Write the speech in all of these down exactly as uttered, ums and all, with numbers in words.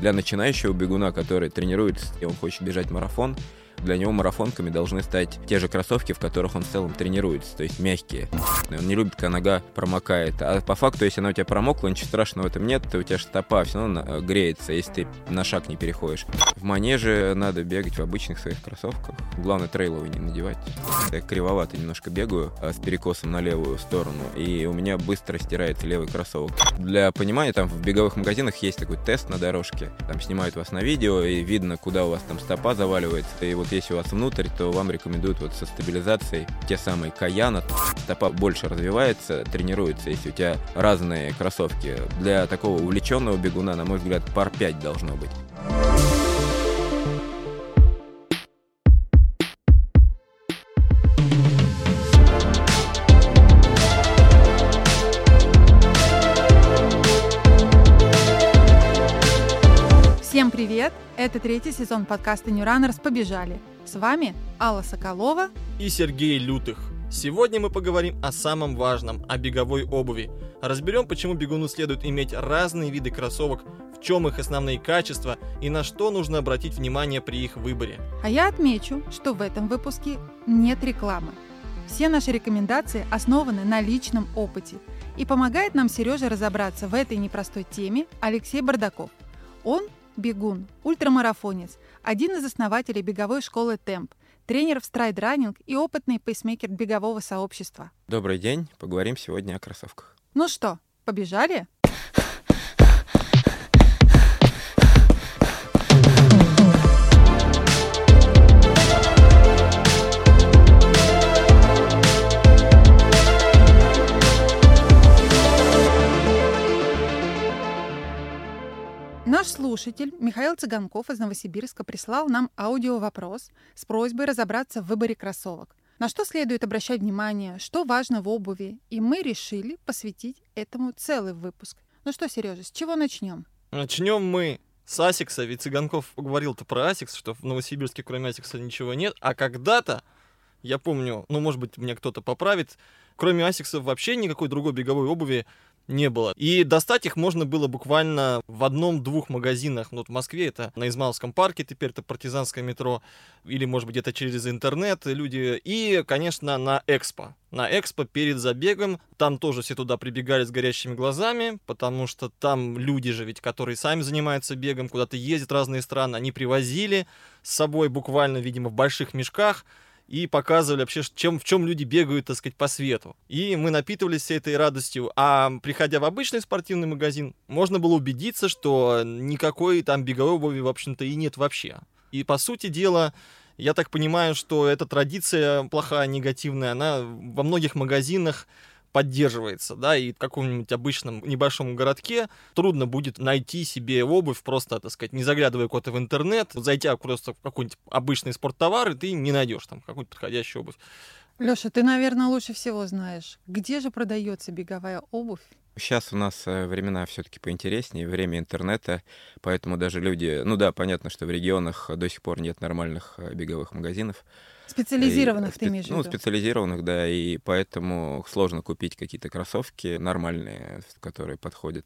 Для начинающего бегуна, который тренируется, и он хочет бежать марафон, для него марафонками должны стать те же кроссовки, в которых он в целом тренируется, то есть мягкие. Он не любит, когда нога промокает. А по факту, если она у тебя промокла, ничего страшного в этом нет, то у тебя стопа все равно греется, если ты на шаг не переходишь. В манеже надо бегать в обычных своих кроссовках. Главное, трейловые не надевать. Я кривовато немножко бегаю, с перекосом на левую сторону, и у меня быстро стирается левый кроссовок. Для понимания, там в беговых магазинах есть такой тест на дорожке. Там снимают вас на видео, и видно, куда у вас там стопа заваливается. И вот если у вас внутрь, то вам рекомендуют вот со стабилизацией те самые Каяна. Стопа больше развивается, тренируется, если у тебя разные кроссовки. Для такого увлеченного бегуна, на мой взгляд, пар пять должно быть. Всем привет! Это третий сезон подкаста New Runners «Побежали». С вами Алла Соколова и Сергей Лютых. Сегодня мы поговорим о самом важном, о беговой обуви. Разберем, почему бегуну следует иметь разные виды кроссовок, в чем их основные качества и на что нужно обратить внимание при их выборе. А я отмечу, что в этом выпуске нет рекламы. Все наши рекомендации основаны на личном опыте. И помогает нам Сережа разобраться в этой непростой теме Алексей Бардаков. Он бегун, ультрамарафонец, один из основателей беговой школы «Темп», тренер в страйд-раннинг и опытный пейсмейкер бегового сообщества. Добрый день, поговорим сегодня о кроссовках. Ну что, побежали? Наш слушатель Михаил Цыганков из Новосибирска прислал нам аудиовопрос с просьбой разобраться в выборе кроссовок. На что следует обращать внимание, что важно в обуви, и мы решили посвятить этому целый выпуск. Ну что, Сережа, с чего начнем? Начнем мы с Асикса, ведь Цыганков говорил-то про Асикс, что в Новосибирске кроме Асикса ничего нет, а когда-то, я помню, ну, может быть, меня кто-то поправит, кроме Асикса вообще никакой другой беговой обуви не было. И достать их можно было буквально в одном-двух магазинах. Ну, вот в Москве это на Измайловском парке, теперь это партизанское метро, или, может быть, где-то через интернет люди. И, конечно, на Экспо. На Экспо перед забегом. Там тоже все туда прибегали с горящими глазами, потому что там люди же ведь, которые сами занимаются бегом, куда-то ездят в разные страны, они привозили с собой буквально, видимо, в больших мешках, и показывали вообще, чем, в чем люди бегают, так сказать, по свету. И мы напитывались всей этой радостью. А приходя в обычный спортивный магазин, можно было убедиться, что никакой там беговой обуви, в общем-то, и нет вообще. И, по сути дела, я так понимаю, что эта традиция плохая, негативная, она во многих магазинах поддерживается, да, и в каком-нибудь обычном небольшом городке трудно будет найти себе обувь, просто, так сказать, не заглядывая куда-то в интернет, зайдя просто в какой-нибудь обычный спорттовар, и ты не найдешь там какую-то подходящую обувь. Лёша, ты, наверное, лучше всего знаешь, где же продается беговая обувь? Сейчас у нас времена все-таки поинтереснее, время интернета, поэтому даже люди, ну да, понятно, что в регионах до сих пор нет нормальных беговых магазинов. Специализированных, и, ты имеешь в виду? Ну, специализированных, да, и поэтому сложно купить какие-то кроссовки нормальные, которые подходят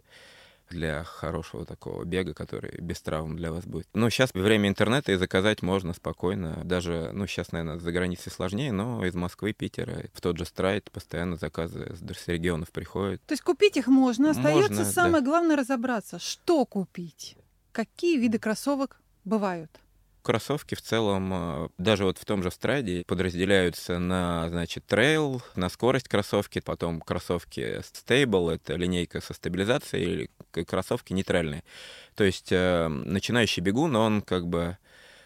для хорошего такого бега, который без травм для вас будет. Ну, сейчас время интернета, и заказать можно спокойно. Даже, ну, сейчас, наверное, за границей сложнее, но из Москвы, Питера, в тот же Страйд постоянно заказы с регионов приходят. То есть купить их можно, остается можно, самое да. главное разобраться, что купить, какие виды кроссовок бывают. Кроссовки в целом, даже вот в том же Страйде подразделяются на, значит, трейл, на скорость кроссовки, потом кроссовки стейбл, это линейка со стабилизацией, или кроссовки нейтральные. То есть э, начинающий бегун, он как бы,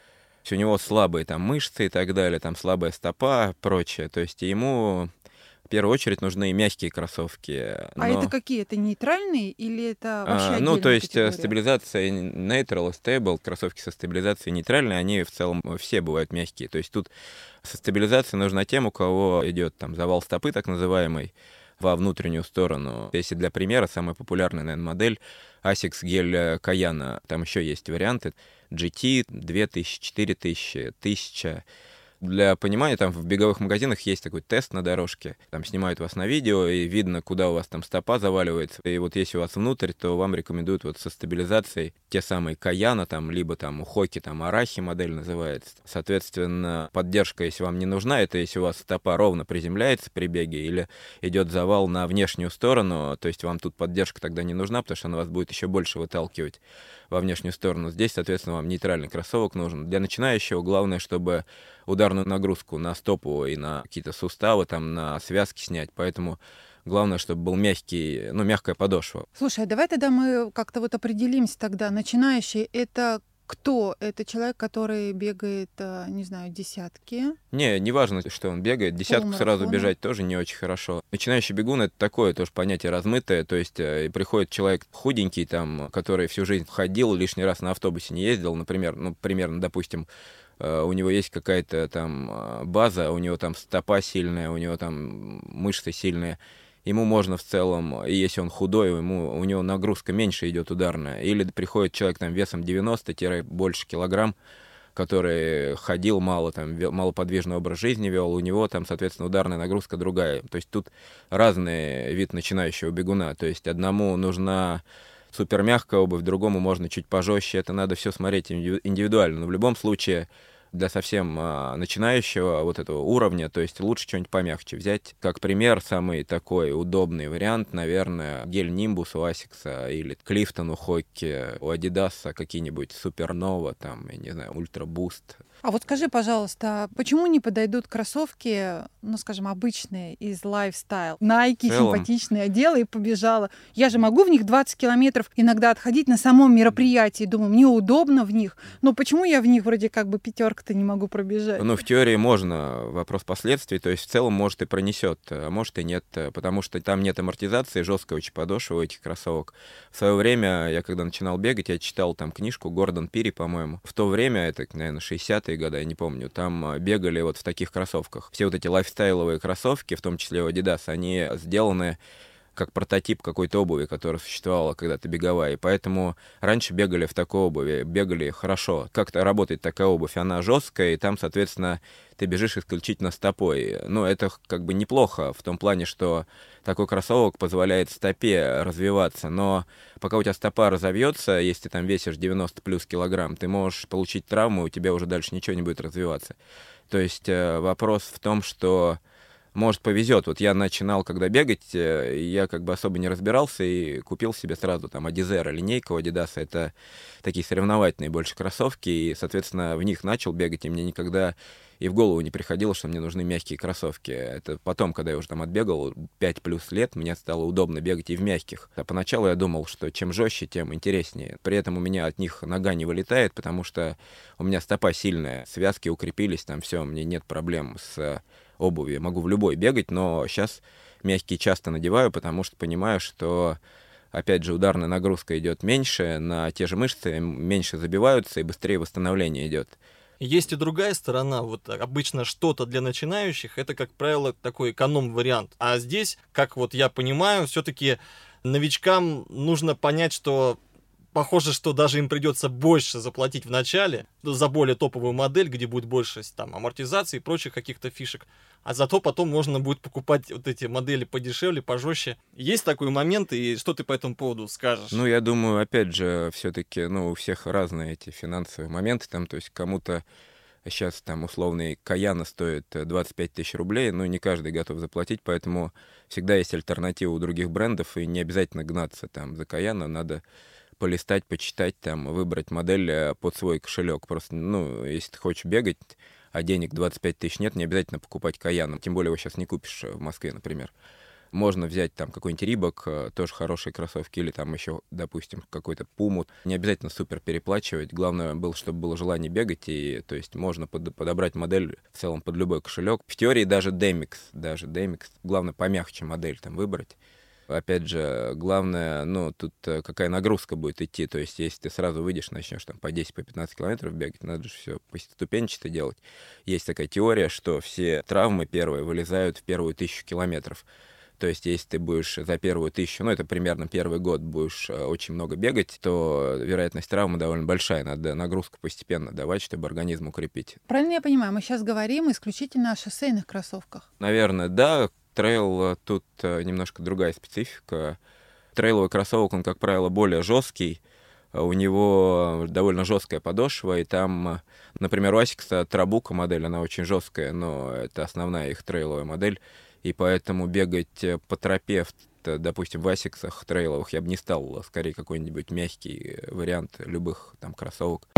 у него слабые там мышцы и так далее, там слабая стопа, прочее. То есть ему в первую очередь нужны мягкие кроссовки. Но... А это какие? Это нейтральные или это вообще а, Ну, то есть категория? Стабилизация neutral, stable, кроссовки со стабилизацией нейтральной, они в целом все бывают мягкие. То есть тут со стабилизацией нужна тем, у кого идет там завал стопы, так называемый, во внутреннюю сторону. Если для примера, самая популярная, наверное, модель Asics Gel Kayana. Там еще есть варианты джи ти, две тысячи, четыре тысячи, тысяча. Для понимания, там в беговых магазинах есть такой тест на дорожке. Там снимают вас на видео, и видно, куда у вас там стопа заваливается. И вот если у вас внутрь, то вам рекомендуют вот со стабилизацией те самые Каяна, там, либо там у Хоки, там, Арахи модель называется. Соответственно, поддержка, если вам не нужна, это если у вас стопа ровно приземляется при беге или идет завал на внешнюю сторону, то есть вам тут поддержка тогда не нужна, потому что она вас будет еще больше выталкивать во внешнюю сторону. Здесь, соответственно, вам нейтральный кроссовок нужен. Для начинающего главное, чтобы ударную нагрузку на стопу и на какие-то суставы, там, на связки снять. Поэтому главное, чтобы был мягкий, ну, мягкая подошва. Слушай, а давай тогда мы как-то вот определимся тогда. Начинающий — это кто? Это человек, который бегает, не знаю, десятки? Не, не важно, что он бегает. Десятку сразу бежать тоже не очень хорошо. Начинающий бегун — это такое тоже понятие размытое. То есть э, приходит человек худенький, там, который всю жизнь ходил, лишний раз на автобусе не ездил, например, ну, примерно, допустим, э, у него есть какая-то там база, у него там стопа сильная, у него там мышцы сильные. Ему можно в целом, и если он худой, ему, у него нагрузка меньше идет ударная. Или приходит человек там весом девяносто больше килограмм, который ходил мало, там, малоподвижный образ жизни вел, у него там, соответственно, ударная нагрузка другая. То есть тут разный вид начинающего бегуна. То есть одному нужна супермягкая обувь, другому можно чуть пожестче. Это надо все смотреть индивидуально. Но в любом случае для совсем а, начинающего вот этого уровня, то есть лучше что-нибудь помягче взять. Как пример, самый такой удобный вариант, наверное, гель Nimbus у Asics или Clifton у Hoki, у Adidas какие-нибудь Supernova, там, я не знаю, Ultra Boost. А вот скажи, пожалуйста, почему не подойдут кроссовки, ну, скажем, обычные из Lifestyle? Nike симпатичные, одела и побежала. Я же могу в них двадцать километров иногда отходить на самом мероприятии. Думаю, мне удобно в них. Но почему я в них вроде как бы пятерка-то не могу пробежать? Ну, в теории можно. Вопрос последствий. То есть в целом, может, и пронесет, а может и нет. Потому что там нет амортизации, жесткая очень подошва у этих кроссовок. В свое время, я когда начинал бегать, я читал там книжку Гордон Пири, по-моему. В то время, это, наверное, шестидесятые годы, я не помню, там бегали вот в таких кроссовках. Все вот эти лайфстайловые кроссовки, в том числе у Adidas, они сделаны как прототип какой-то обуви, которая существовала когда-то беговая. И поэтому раньше бегали в такой обуви, бегали хорошо. Как-то работает такая обувь, она жесткая, и там, соответственно, ты бежишь исключительно стопой. Ну, это как бы неплохо в том плане, что такой кроссовок позволяет стопе развиваться, но пока у тебя стопа разовьется, если ты там весишь девяносто плюс килограмм, ты можешь получить травму, у тебя уже дальше ничего не будет развиваться. То есть э, вопрос в том, что может, повезет. Вот я начинал, когда бегать, я как бы особо не разбирался и купил себе сразу там Adizero, линейка у Adidas. Это такие соревновательные больше кроссовки, и, соответственно, в них начал бегать, и мне никогда и в голову не приходило, что мне нужны мягкие кроссовки. Это потом, когда я уже там отбегал пять плюс лет, мне стало удобно бегать и в мягких. А поначалу я думал, что чем жестче, тем интереснее. При этом у меня от них нога не вылетает, потому что у меня стопа сильная, связки укрепились, там все, мне нет проблем с обуви. Могу в любой бегать, но сейчас мягкие часто надеваю, потому что понимаю, что, опять же, ударная нагрузка идет меньше, на те же мышцы меньше забиваются и быстрее восстановление идет. Есть и другая сторона. Вот обычно что-то для начинающих — это, как правило, такой эконом-вариант. А здесь, как вот я понимаю, все-таки новичкам нужно понять, что похоже, что даже им придется больше заплатить в начале за более топовую модель, где будет больше там амортизации и прочих каких-то фишек. А зато потом можно будет покупать вот эти модели подешевле, пожестче. Есть такой момент, и что ты по этому поводу скажешь? Ну, я думаю, опять же, все-таки, ну, у всех разные эти финансовые моменты. Там, то есть кому-то сейчас там условный Каяна стоит двадцать пять тысяч рублей, но не каждый готов заплатить, поэтому всегда есть альтернатива у других брендов, и не обязательно гнаться там за Каяна, надо полистать, почитать, там, выбрать модель под свой кошелек. Просто, ну, если ты хочешь бегать, а денег двадцать пять тысяч нет, не обязательно покупать Каяна. Тем более его сейчас не купишь в Москве, например. Можно взять там какой-нибудь Рибок, тоже хорошие кроссовки, или там еще, допустим, какой-то Пуму. Не обязательно супер переплачивать. Главное было, чтобы было желание бегать, и то есть можно под, подобрать модель в целом под любой кошелек. В теории даже Демикс, даже Демикс. Главное помягче модель там выбрать. Опять же, главное, ну, тут какая нагрузка будет идти. То есть, если ты сразу выйдешь, начнешь там по десять-пятнадцать километров бегать, надо же все поступенчато делать. Есть такая теория, что все травмы первые вылезают в первую тысячу километров. То есть, если ты будешь за первую тысячу, ну, это примерно первый год, будешь очень много бегать, то вероятность травмы довольно большая. Надо нагрузку постепенно давать, чтобы организм укрепить. Правильно я понимаю, мы сейчас говорим исключительно о шоссейных кроссовках? Наверное, да. Трейл тут немножко другая специфика. Трейловый кроссовок, он, как правило, более жесткий. У него довольно жесткая подошва, и там, например, у Asics Trabuco модель, она очень жесткая, но это основная их трейловая модель, и поэтому бегать по тропе, допустим, в Asics трейловых я бы не стал, скорее какой-нибудь мягкий вариант любых там кроссовок.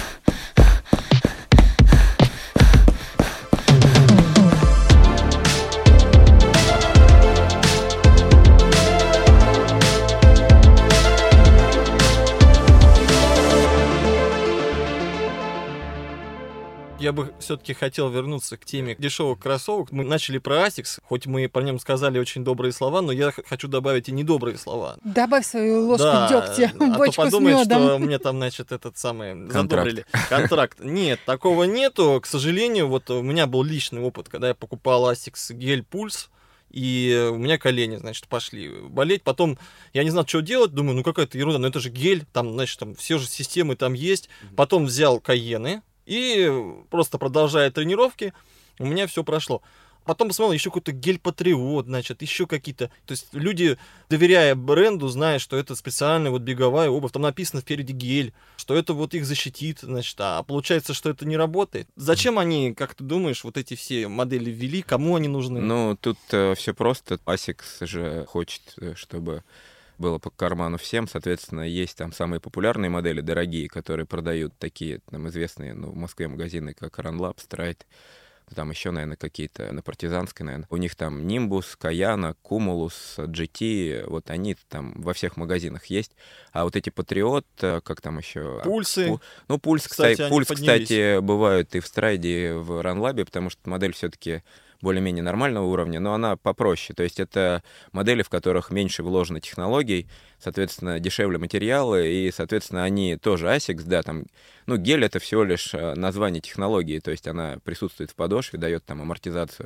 Я бы все-таки хотел вернуться к теме дешевых кроссовок. Мы начали про Asics, хоть мы про нем сказали очень добрые слова, но я хочу добавить и недобрые слова. Добавь свою ложку да, дегтя, а бочку то подумают, с медом. что мне там, значит, этот самый Контракт. задобрили. Контракт. Нет, такого нету. К сожалению, вот у меня был личный опыт, когда я покупал Asics гель Pulse, и у меня колени, значит, пошли болеть. Потом я не знал, что делать. Думаю, ну какая-то ерунда, но это же гель, там, значит, там все же системы там есть. Потом взял Кайены, и просто продолжая тренировки, у меня все прошло. Потом посмотрел, еще какой-то гель-патриот, значит, еще какие-то. То есть люди, доверяя бренду, зная, что это специальная вот беговая обувь, там написано впереди гель, что это вот их защитит, значит, а получается, что это не работает. Зачем они, как ты думаешь, вот эти все модели ввели, кому они нужны? Ну, тут э, все просто. Asics же хочет, чтобы было по карману всем, соответственно, есть там самые популярные модели, дорогие, которые продают такие там известные, ну, в Москве магазины, как Runlab, Stride, там еще, наверное, какие-то на Партизанской, наверное. У них там Nimbus, Kayana, Cumulus, джи ти, вот они там во всех магазинах есть. А вот эти Патриот, как там еще? Пульсы. Пу... Ну, Пульс, кстати, кстати, Пульс, поднялись. кстати, бывают и в Страйде, и в Runlab, потому что модель все-таки более-менее нормального уровня, но она попроще. То есть это модели, в которых меньше вложено технологий, соответственно, дешевле материалы, и, соответственно, они тоже Asics, да, там, ну, гель — это всего лишь название технологии, то есть она присутствует в подошве, дает там амортизацию.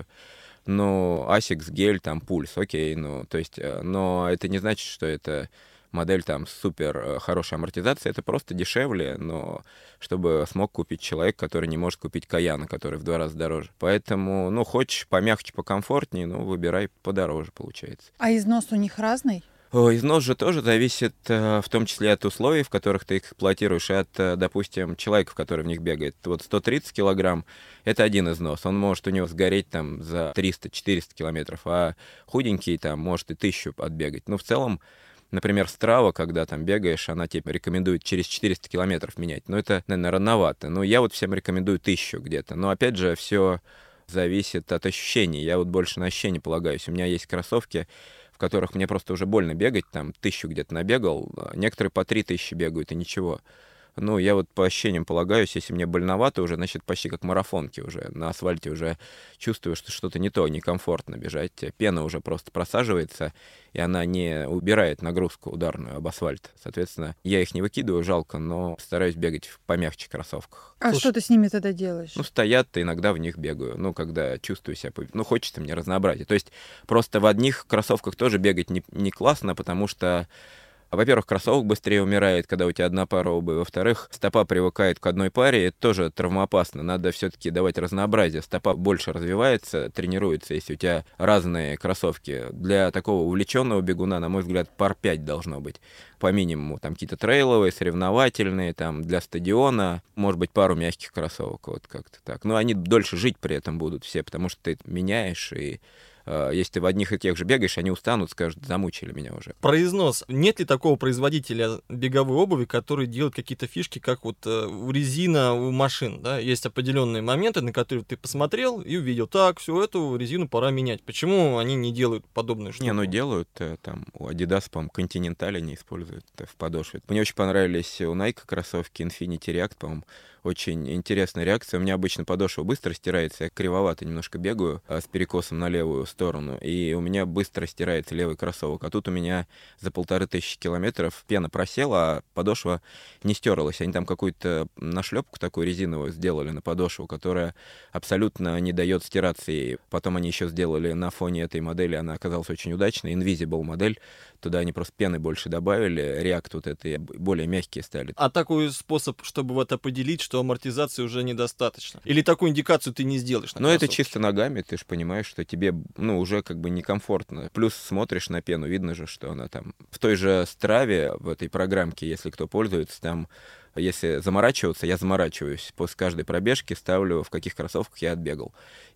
Но Asics, гель, там, пульс, окей, ну, то есть, но это не значит, что это модель там супер хорошая амортизация, это просто дешевле, но чтобы смог купить человек, который не может купить Каяна, который в два раза дороже. Поэтому, ну, хочешь помягче, покомфортнее, ну, выбирай подороже, получается. А износ у них разный? О, износ же тоже зависит в том числе от условий, в которых ты их эксплуатируешь, и от, допустим, человека, который в них бегает. Вот сто тридцать килограмм — это один износ. Он может у него сгореть там за триста-четыреста километров, а худенький там может и тысячу отбегать. Но в целом, например, Strava, когда там бегаешь, она тебе рекомендует через четыреста километров менять. Но это, наверное, рановато. Но я вот всем рекомендую тысячу где-то. Но опять же, все зависит от ощущений. Я вот больше на ощущения полагаюсь. У меня есть кроссовки, в которых мне просто уже больно бегать, там тысячу где-то набегал, некоторые по три тысячи бегают, и ничего. Ну, я вот по ощущениям полагаюсь, если мне больновато уже, значит, почти как марафонки уже. На асфальте уже чувствую, что что-то не то, некомфортно бежать. Пена уже просто просаживается, и она не убирает нагрузку ударную об асфальт. Соответственно, я их не выкидываю, жалко, но стараюсь бегать в помягче кроссовках. А Слушай, что ты с ними тогда делаешь? Ну, стоят, иногда в них бегаю. Ну, когда чувствую себя... Ну, хочется мне разнообразия. То есть просто в одних кроссовках тоже бегать не, не классно, потому что, во-первых, кроссовок быстрее умирает, когда у тебя одна пара обуви. Во-вторых, стопа привыкает к одной паре, это тоже травмоопасно. Надо все-таки давать разнообразие. Стопа больше развивается, тренируется, если у тебя разные кроссовки. Для такого увлеченного бегуна, на мой взгляд, пар пять должно быть. По минимуму. Там какие-то трейловые, соревновательные, там для стадиона. Может быть, пару мягких кроссовок. Вот как-то так. Но они дольше жить при этом будут все, потому что ты меняешь, и если ты в одних и тех же бегаешь, они устанут, скажут, замучили меня уже. Про износ. Нет ли такого производителя беговой обуви, который делает какие-то фишки, как вот э, у резина, у машин, да? Есть определенные моменты, на которые ты посмотрел и увидел, так, все, эту резину пора менять. Почему они не делают подобную штуку? Не, ну делают, там, у Adidas, по-моему, Continental они используют в подошве. Мне очень понравились у Nike кроссовки Infinity React, по-моему, очень интересная реакция. У меня обычно подошва быстро стирается, я кривовато немножко бегаю а, с перекосом на левую сторону, и у меня быстро стирается левый кроссовок. А тут у меня за полторы тысячи километров пена просела, а подошва не стерлась. Они там какую-то нашлепку такую резиновую сделали на подошву, которая абсолютно не дает стираться ей. Потом они еще сделали на фоне этой модели, она оказалась очень удачной, Invisible модель. Туда они просто пены больше добавили, React вот эти более мягкие стали. А такой способ, чтобы вот определить, что амортизации уже недостаточно? Или такую индикацию ты не сделаешь на Ну, это кроссовке? чисто ногами, ты же понимаешь, что тебе, ну, уже как бы некомфортно. Плюс смотришь на пену, видно же, что она там... В той же Страве, в этой программке, если кто пользуется, там, если заморачиваться, я заморачиваюсь. После каждой пробежки ставлю, в каких кроссовках я отбегал.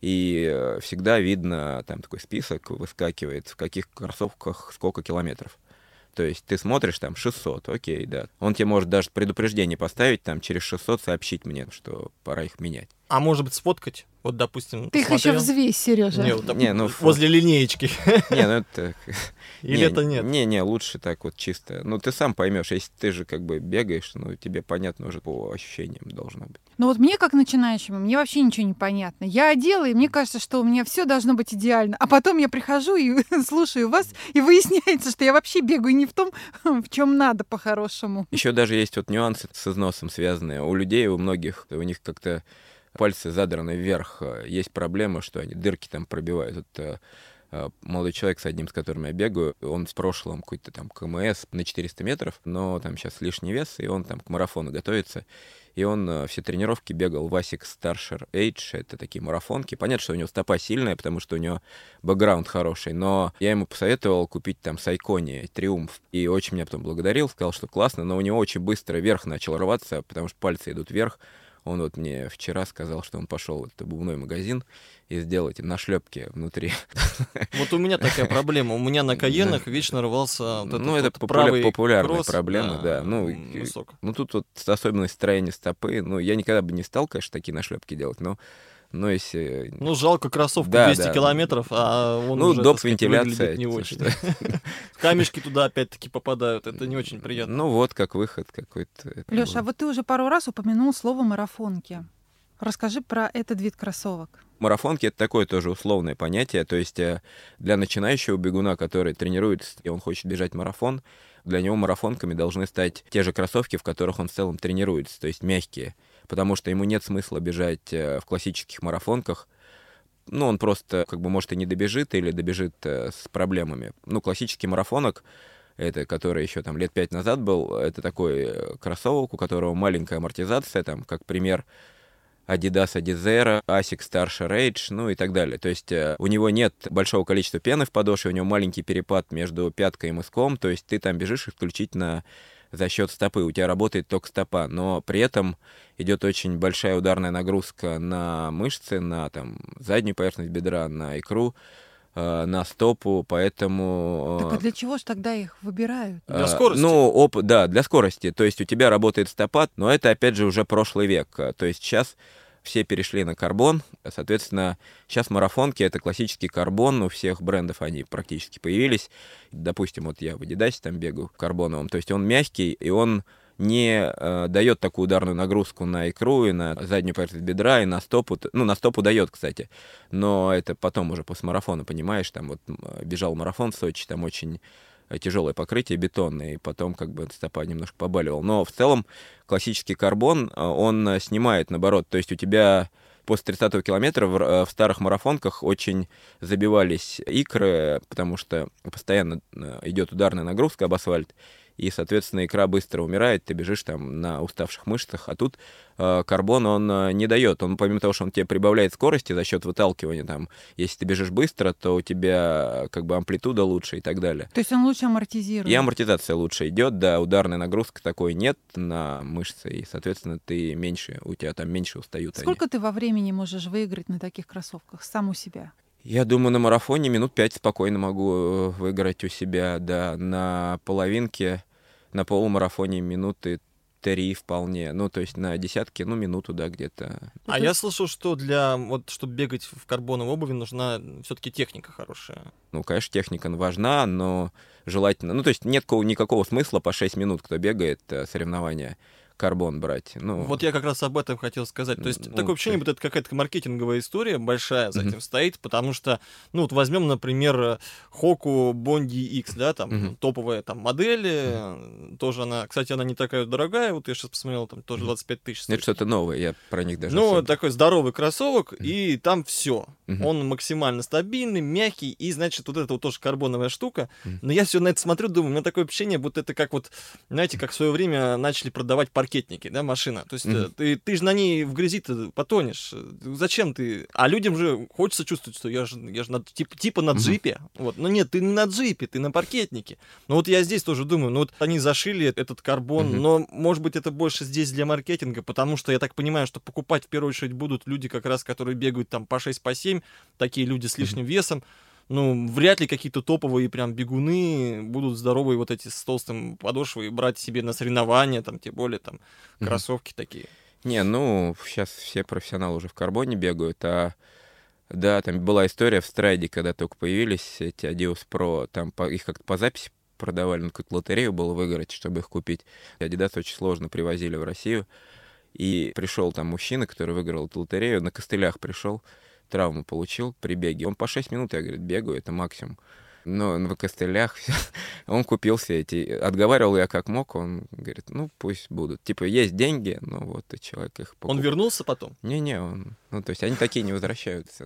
И всегда видно, там такой список выскакивает, в каких кроссовках сколько километров. То есть ты смотришь, там, шестьсот, окей, да. Он тебе может даже предупреждение поставить, там, через шестьсот сообщить мне, что пора их менять. А может быть, сфоткать? Вот, допустим, Ты их еще посмотрел. взвесь, Сережа. Не, вот так, Не, ну, возле линеечки. Не, ну это... Или не, это нет? Не, не, лучше так вот чисто. Ну, ты сам поймешь, если ты же как бы бегаешь, ну, тебе понятно уже по ощущениям должно быть. Ну вот мне, как начинающему, мне вообще ничего не понятно. Я одела, и мне кажется, что у меня все должно быть идеально. А потом я прихожу и слушаю вас, и выясняется, что я вообще бегаю не в том, в чем надо по-хорошему. Еще даже есть вот нюансы с износом связанные. У людей, у многих, у них как-то пальцы задраны вверх. Есть проблема, что они дырки там пробивают. Это молодой человек, с одним, с которым я бегаю, он в прошлом какой-то там КМС на четыреста метров, но там сейчас лишний вес, и он там к марафону готовится. И он э, все тренировки бегал в Asics Starcher Age, это такие марафонки. Понятно, что у него стопа сильная, потому что у него бэкграунд хороший, но я ему посоветовал купить там Сайкони Триумф, и очень меня потом благодарил, сказал, что классно, но у него очень быстро вверх начал рваться, потому что пальцы идут вверх. Он вот мне вчера сказал, что он пошел в этот обувной магазин и сделал эти нашлепки внутри. Вот у меня такая проблема. У меня на Каенах вечно рвался вот этот Ну, это вот правый популярная кросс, проблема, да. Ну, носок. ну, тут вот особенность строения стопы. Ну, я никогда бы не стал, конечно, такие нашлепки делать, но, но если... Ну, жалко кроссовку Да, двести да. километров, а он Ну, уже, доп. так сказать, вентиляция, выглядит не это очень. что? Камешки туда опять-таки попадают, это не очень приятно. Ну, вот как выход какой-то. Лёша, а вот ты уже пару раз упомянул слово «марафонки». Расскажи про этот вид кроссовок. Марафонки — это такое тоже условное понятие, то есть для начинающего бегуна, который тренируется, и он хочет бежать марафон, для него марафонками должны стать те же кроссовки, в которых он в целом тренируется, то есть мягкие, потому что ему нет смысла бежать в классических марафонках. Ну, он просто как бы может и не добежит, или добежит с проблемами. Ну, классический марафонок, это который еще там лет пять назад был, это такой кроссовок, у которого маленькая амортизация, там, как пример, Adidas Adizero, Asics Starcher Age, ну и так далее. То есть э, у него нет большого количества пены в подошве, у него маленький перепад между пяткой и мыском, то есть ты там бежишь исключительно за счет стопы, у тебя работает только стопа, но при этом идет очень большая ударная нагрузка на мышцы, на там, заднюю поверхность бедра, на икру, э, на стопу, поэтому... Э, Так а для чего же тогда их выбирают? Для скорости? Ну, оп, да, для скорости. То есть у тебя работает стопа, но это, опять же, уже прошлый век. То есть сейчас все перешли на карбон. Соответственно, сейчас марафонки — это классический карбон. У всех брендов они практически появились. Допустим, вот я в Adidas там бегаю карбоновым. То есть он мягкий, и он не э, дает такую ударную нагрузку на икру и на заднюю поверхность бедра, и на стопу. Ну, на стопу дает, кстати. Но это потом уже после марафона, понимаешь, там вот бежал марафон в Сочи, там очень тяжелое покрытие бетонное, и потом как бы стопа немножко побаливала. Но в целом классический карбон, он снимает, наоборот, то есть у тебя после тридцатого километра в, в старых марафонках очень забивались икры, потому что постоянно идет ударная нагрузка об асфальт, и, соответственно, икра быстро умирает, ты бежишь там на уставших мышцах, а тут э, карбон, он э, не дает, он помимо того, что он тебе прибавляет скорости за счет выталкивания, там, если ты бежишь быстро, то у тебя как бы амплитуда лучше и так далее. То есть он лучше амортизирует? И амортизация лучше идет, да, ударная нагрузка такой нет на мышцы, и, соответственно, ты меньше, у тебя там меньше устают Сколько они. ты во времени можешь выиграть на таких кроссовках сам у себя? Я думаю, на марафоне минут пять спокойно могу выиграть у себя, да, на половинке, на полумарафоне минуты три вполне, ну, то есть на десятке, ну, минуту, да, где-то. А я слышал, что для, вот, чтобы бегать в карбоновой обуви, нужна все-таки техника хорошая. Ну, конечно, техника важна, но желательно, ну, то есть нет никакого смысла по шесть минут, кто бегает соревнования. карбон брать. Ну, вот я как раз об этом хотел сказать. То есть ну, такое ощущение, ты... будто это какая-то маркетинговая история большая за Мгм. этим стоит, потому что, ну вот возьмем, например, Hoku Bondi X, да, там Мгм. топовая там модель, э, тоже она, кстати, она не такая дорогая, вот я сейчас посмотрел, там тоже Мгм. двадцать пять тысяч Это стоит. что-то новое, я про них даже... Ну, особо- такой здоровый кроссовок, Мгм. и там все. Мгм. Он максимально стабильный, мягкий, и, значит, вот это вот тоже карбоновая штука. Мгм. Но я все на это смотрю, думаю, у меня такое ощущение, будто это как вот, знаете, как в свое время начали продавать паркетники, да, машина. То есть Мгм. э, ты, ты же на ней в грязи-то потонешь. Зачем ты? А людям же хочется чувствовать, что я же, я же на, типа, типа на Мгм. джипе. Вот. Но нет, ты не на джипе, ты на паркетнике. Ну вот я здесь тоже думаю, ну вот они зашили этот карбон, Мгм. но, может быть, это больше здесь для маркетинга, потому что я так понимаю, что покупать в первую очередь будут люди как раз, которые бегают там по шесть, по семь, такие люди с лишним весом. Ну, вряд ли какие-то топовые прям бегуны будут здоровые вот эти с толстым подошвой брать себе на соревнования, там, тем более там Мгм. кроссовки такие. Не, ну, сейчас все профессионалы уже в карбоне бегают, а да, там была история в Страйде, когда только появились эти Adios Pro, там по- их как-то по записи продавали, ну, какую-то лотерею было выиграть, чтобы их купить. Adidas очень сложно привозили в Россию, и пришел там мужчина, который выиграл эту лотерею, на костылях пришел, травму получил при беге. Он по шесть минут, я, говорит, бегаю, это максимум. Но на костылях всё. Он купил все эти. Отговаривал я как мог, он говорит, ну, пусть будут. Типа, есть деньги, ну вот, и человек их покупал. Он вернулся потом? Не-не, он... Ну, то есть они такие не возвращаются.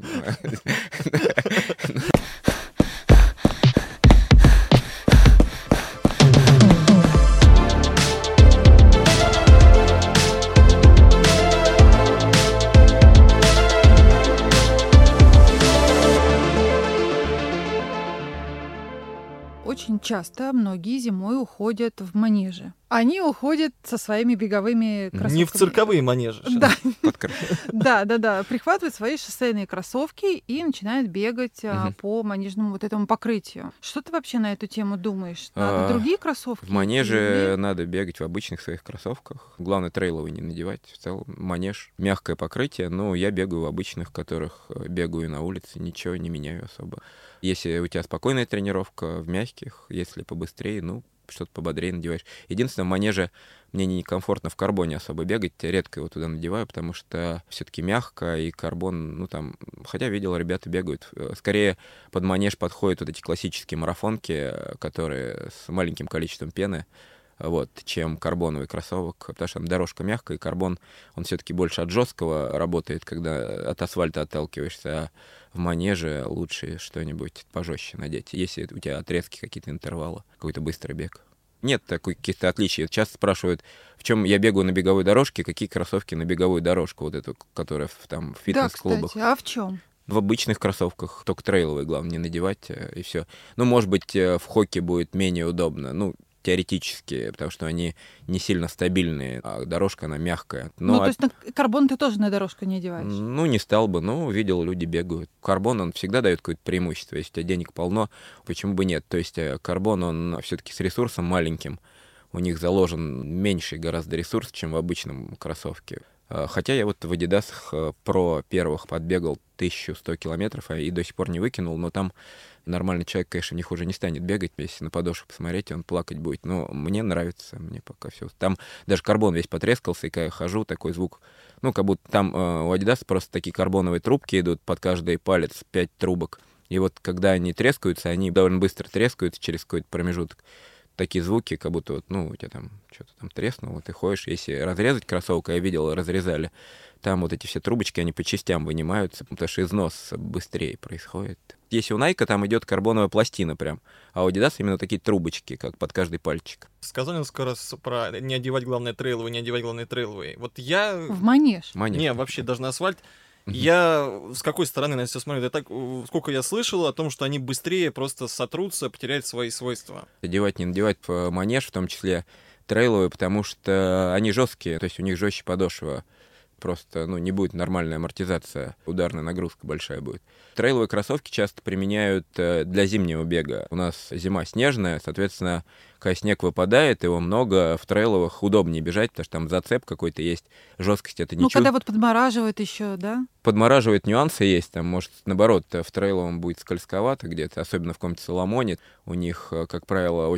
Очень часто многие зимой уходят в манежи. Они уходят со своими беговыми кроссовками. Не в цирковые манежи. Да, Под кр- да, да, да. Прихватывают свои шоссейные кроссовки и начинают бегать а, Мгм. по манежному вот этому покрытию. Что ты вообще на эту тему думаешь? Надо А, другие кроссовки? В манеже Или- надо бегать в обычных своих кроссовках. Главное, трейловые не надевать. В целом, манеж, мягкое покрытие. Но я бегаю в обычных, которых э, бегаю на улице, ничего не меняю особо. Если у тебя спокойная тренировка, в мягких, если побыстрее, ну, что-то пободрее надеваешь. Единственное, в манеже мне некомфортно в карбоне особо бегать, редко его туда надеваю, потому что все-таки мягко, и карбон, ну там, хотя видел, ребята бегают. Скорее под манеж подходят вот эти классические марафонки, которые с маленьким количеством пены, вот, чем карбоновый кроссовок, потому что там дорожка мягкая, и карбон, он все-таки больше от жесткого работает, когда от асфальта отталкиваешься, а в манеже лучше что-нибудь пожестче надеть, если у тебя отрезки какие-то интервалы, какой-то быстрый бег. Нет такой каких-то отличий. Часто спрашивают, в чем я бегаю на беговой дорожке, какие кроссовки на беговую дорожку, вот эту, которая в, там, в Да, фитнес-клубах. кстати, а в чем? В обычных кроссовках, только трейловые, главное, не надевать, э, и все. Ну, может быть, э, в хоке будет менее удобно, ну, теоретически, потому что они не сильно стабильные, а дорожка, она мягкая. Ну, Но то от- есть на карбон ты тоже на дорожку не одеваешь? ну, не стал бы, но видел, люди бегают. Карбон, он всегда дает какое-то преимущество. Если у тебя денег полно, почему бы нет? То есть э, карбон, он все-таки с ресурсом маленьким. У них заложен меньший гораздо ресурс, чем в обычном кроссовке. Э, Хотя я вот в Adidas э, Pro первых подбегал тысячу сто километров а и до сих пор не выкинул, но там нормальный человек, конечно, в них уже не станет бегать, если на подошву посмотреть, он плакать будет. Но мне нравится, мне пока все. Там даже карбон весь потрескался, и когда я хожу, такой звук. Ну, как будто там э, у Adidas просто такие карбоновые трубки идут под каждый палец, пять трубок. И вот когда они трескаются, они довольно быстро трескаются через какой-то промежуток. Такие звуки, как будто вот, ну, у тебя там что-то там треснуло, ты ходишь, если разрезать кроссовок, я видел, разрезали, там вот эти все трубочки, они по частям вынимаются, потому что износ быстрее происходит. Если у Nike там идет карбоновая пластина прям, а у Adidas именно такие трубочки, как под каждый пальчик. Сказали несколько раз про не одевать, главное, трейловые, не одевать, главное, трейловые. Вот я... В манеж? Манеж. Не, вообще даже на асфальт. Мгм. Я с какой стороны на это все смотрю? Я так, э, сколько я слышал о том, что они быстрее просто сотрутся, потеряют свои свойства. Одевать, не надевать в манеж, в том числе трейловые, потому что они жесткие, то есть у них жестче подошва. Просто, ну, не будет нормальная амортизация, ударная нагрузка большая будет. Трейловые кроссовки часто применяют э, для зимнего бега. У нас зима снежная, соответственно, когда снег выпадает, его много, в трейловых удобнее бежать, потому что там зацеп какой-то есть, жесткость это не Ну, чувствует. когда вот подмораживает еще, да? Подмораживает нюансы есть, там, может, наоборот, в трейловом будет скользковато где-то, особенно в каком-то Соломоне. У них, э, как правило, очень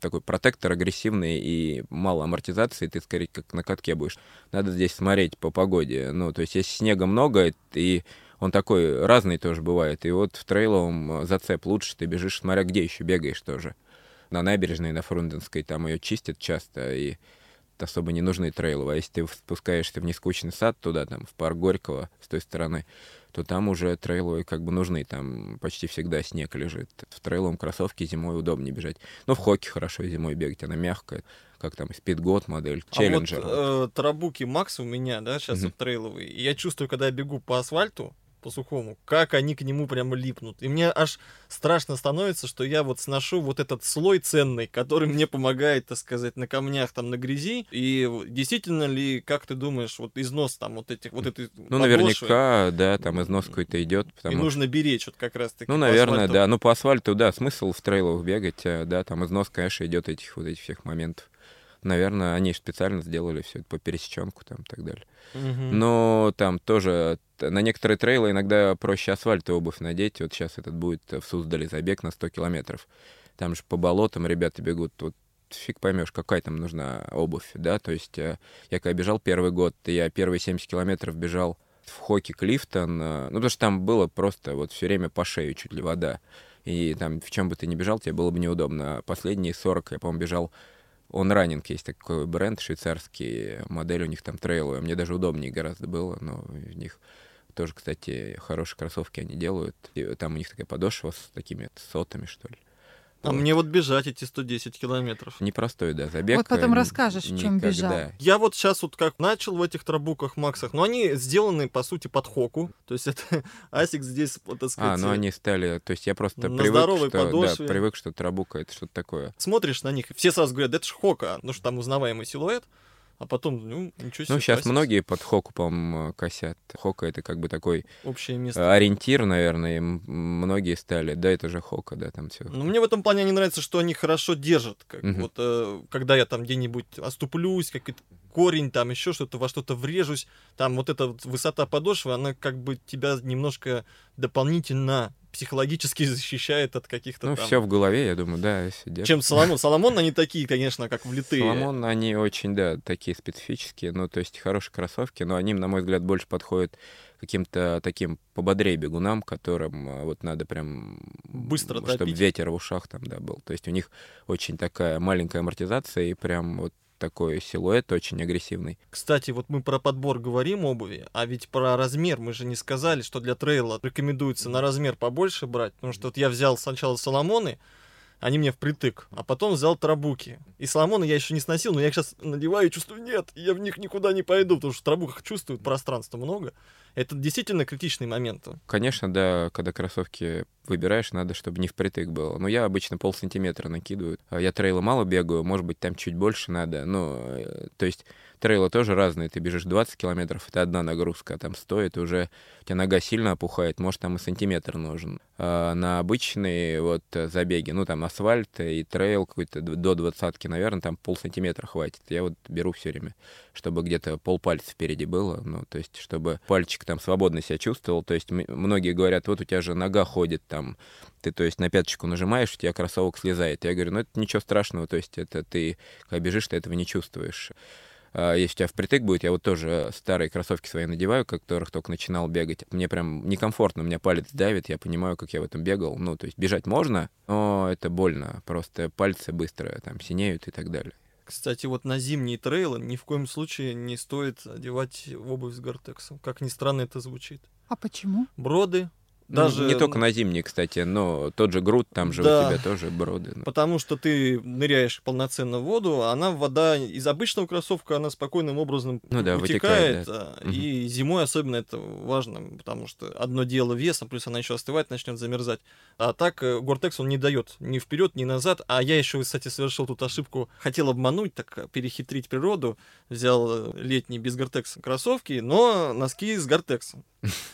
такой протектор агрессивный и мало амортизации, ты скорее как на катке будешь. Надо здесь смотреть по погоде. Ну, то есть, если снега много, и он такой разный тоже бывает, и вот в трейловом зацеп лучше, ты бежишь, смотря где еще бегаешь тоже. На набережной, на Фрунзенской, там ее чистят часто, и особо не нужны трейловые. А если ты спускаешься в нескучный сад туда, там, в парк Горького с той стороны, то там уже трейловые как бы нужны, там почти всегда снег лежит. В трейловом кроссовке зимой удобнее бежать. Ну, в хоке хорошо зимой бегать, она мягкая, как там, Speedgoat модель, Challenger. А вот э, Трабуки Макс у меня, да, сейчас mm-hmm. вот трейловые, и я чувствую, когда я бегу по асфальту, по сухому, как они к нему прямо липнут. И мне аж страшно становится, что я вот сношу вот этот слой ценный, который мне помогает, так сказать, на камнях, там, на грязи. И действительно ли, как ты думаешь, вот износ там вот этих, вот этой Ну, подошвы, наверняка, да, там износ какой-то идет. И нужно беречь вот как раз-таки. Ну, наверное, да. Ну, по асфальту, да, смысл в трейловых бегать, да, там износ, конечно, идет этих вот этих всех моментов. Наверное, они специально сделали все это по пересеченку там и так далее. Угу. Но там тоже на некоторые трейлы иногда проще асфальтовую обувь надеть. Вот сейчас этот будет в Суздале забег на сто километров. Там же по болотам ребята бегут. Вот фиг поймешь, какая там нужна обувь, да. То есть я когда бежал первый год, я первые семьдесят километров бежал в хоке Клифтон. Ну, потому что там было просто вот все время по шею чуть ли вода. И там в чем бы ты ни бежал, тебе было бы неудобно. А последние сорок, я, по-моему, бежал... Он Running, есть такой бренд швейцарский, модель у них там трейловая. Мне даже удобнее гораздо было, но в них тоже, кстати, хорошие кроссовки они делают. И там у них такая подошва с такими сотами, что ли. А вот. Мне вот бежать эти сто десять километров. Непростой, да, забег. Вот потом расскажешь, в чем бежал. Я вот сейчас вот как начал в этих Трабуках Максах, но они сделаны, по сути, под хоку. То есть это Асикс здесь, так сказать... А, ну они стали... То есть я просто на привык, здоровой что, подошве. Да, привык, что Трабука — это что-то такое. Смотришь на них, все сразу говорят, да это ж хока, ну что там узнаваемый силуэт. А потом, ну, ничего себе. Ну, сейчас Асикс. Многие под хоку, по-моему, косят. Хока — это как бы такой общее место. Ориентир, наверное, и многие стали. Да, это же хока, да, там все. Ну, мне в этом плане не нравится, что они хорошо держат. Как Мгм. вот, э, когда я там где-нибудь оступлюсь, какой-то корень, там еще что-то, во что-то врежусь, там вот эта вот высота подошвы, она как бы тебя немножко дополнительно психологически защищает от каких-то Ну, там... все в голове, я думаю, да, сидят. Чем Соломон. Соломон, они такие, конечно, как влитые. Соломон, они очень, да, такие специфические, ну, то есть хорошие кроссовки, но они, на мой взгляд, больше подходят каким-то таким пободрее бегунам, которым а, вот надо прям... Быстро чтобы топить. ветер в ушах там, да, был. То есть у них очень такая маленькая амортизация и прям вот такой силуэт очень агрессивный. Кстати, вот мы про подбор говорим обуви, а ведь про размер мы же не сказали, что для трейла рекомендуется на размер побольше брать, потому что вот я взял сначала Соломоны, они мне впритык, а потом взял Трабуки. И Соломоны я еще не сносил, но я их сейчас надеваю и чувствую, нет, я в них никуда не пойду, потому что в Трабуках чувствуют пространства много. Это действительно критичный момент. Конечно, да, когда кроссовки выбираешь, надо, чтобы не впритык было. Но я обычно полсантиметра накидываю. А я трейлы мало бегаю, может быть, там чуть больше надо. Ну, э, то есть трейлы тоже разные. Ты бежишь двадцать километров, это одна нагрузка, а там сто, это уже у тебя нога сильно опухает, может, там и сантиметр нужен. А на обычные вот забеги, ну, там асфальт и трейл какой-то до двадцатки, наверное, там полсантиметра хватит. Я вот беру все время, чтобы где-то полпальца впереди было, ну, то есть, чтобы пальчик там свободно себя чувствовал. То есть м- многие говорят, вот у тебя же нога ходит там, ты, то есть, на пяточку нажимаешь, у тебя кроссовок слезает. Я говорю, ну, это ничего страшного, то есть, это ты, когда бежишь, ты этого не чувствуешь. А если у тебя впритык будет, я вот тоже старые кроссовки свои надеваю, которых только начинал бегать. Мне прям некомфортно, у меня палец давит, я понимаю, как я в этом бегал. Ну, то есть, бежать можно, но это больно, просто пальцы быстро там синеют и так далее. Кстати, вот на зимние трейлы ни в коем случае не стоит одевать обувь с гортексом. Как ни странно это звучит. А почему? Броды. Ну, Даже... не только на зимние, кстати, но тот же груд, там же Да. у тебя тоже броды. ну. Потому что ты ныряешь полноценно в воду, а она, вода из обычного кроссовка, она спокойным образом Ну да, вытекает. вытекает, да. а, И зимой особенно это важно, потому что одно дело весом, плюс она еще остывать начнет замерзать. А так э, Гортекс он не дает ни вперед, ни назад. А я еще, кстати, совершил тут ошибку. Хотел обмануть, так перехитрить природу. Взял э, летние без Гортекса кроссовки, но носки с Гортексом.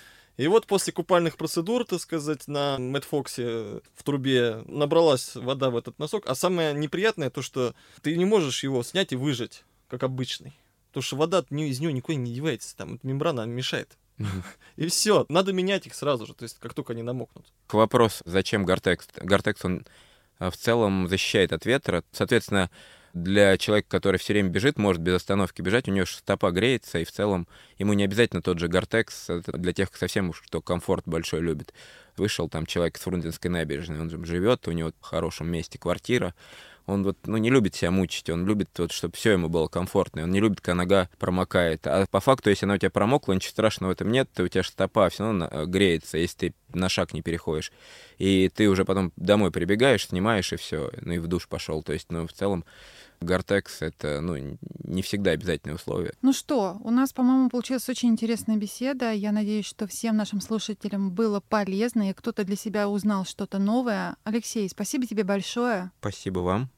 И вот после купальных процедур, так сказать, на Мэтфоксе в трубе набралась вода в этот носок. А самое неприятное то, что ты не можешь его снять и выжать, как обычный. Потому что вода от нее, из нее никуда не девается. Там эта мембрана мешает. И все, надо менять их сразу же, то есть как только они намокнут. Вопрос, зачем Гортекс? Гортекс, он в целом защищает от ветра. Соответственно, для человека, который все время бежит, может без остановки бежать, у него стопа греется, и в целом ему не обязательно тот же Гортекс, для тех, совсем уж кто комфорт большой любит. Вышел там человек с Фрунзенской набережной, он живет, у него в хорошем месте квартира, он вот, ну, не любит себя мучить, он любит, вот, чтобы все ему было комфортно, он не любит, когда нога промокает. А по факту, если она у тебя промокла, ничего страшного в этом нет, то у тебя стопа все равно греется, если ты на шаг не переходишь. И ты уже потом домой прибегаешь, снимаешь, и все, ну и в душ пошел. То есть, ну, в целом, Гортекс — это, ну, не всегда обязательное условие. Ну что, у нас, по-моему, получилась очень интересная беседа. Я надеюсь, что всем нашим слушателям было полезно, и кто-то для себя узнал что-то новое. Алексей, спасибо тебе большое. Спасибо вам.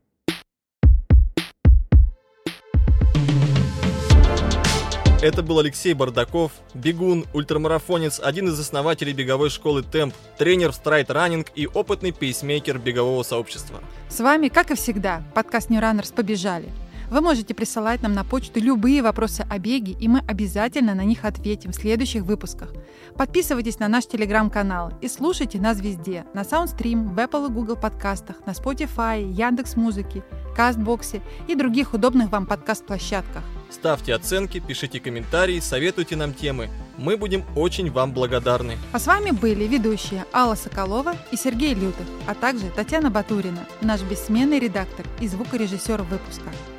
Это был Алексей Бардаков, бегун, ультрамарафонец, один из основателей беговой школы Темп, тренер в страйт-раннинг и опытный пейсмейкер бегового сообщества. С вами, как и всегда, подкаст New Runners «Побежали». Вы можете присылать нам на почту любые вопросы о беге, и мы обязательно на них ответим в следующих выпусках. Подписывайтесь на наш телеграм-канал и слушайте нас везде: на Soundstream, в Apple и Google подкастах, на Spotify, Яндекс.Музыке, Кастбоксе и других удобных вам подкаст-площадках. Ставьте оценки, пишите комментарии, советуйте нам темы. Мы будем очень вам благодарны. А с вами были ведущие Алла Соколова и Сергей Лютых, а также Татьяна Батурина, наш бессменный редактор и звукорежиссер выпуска.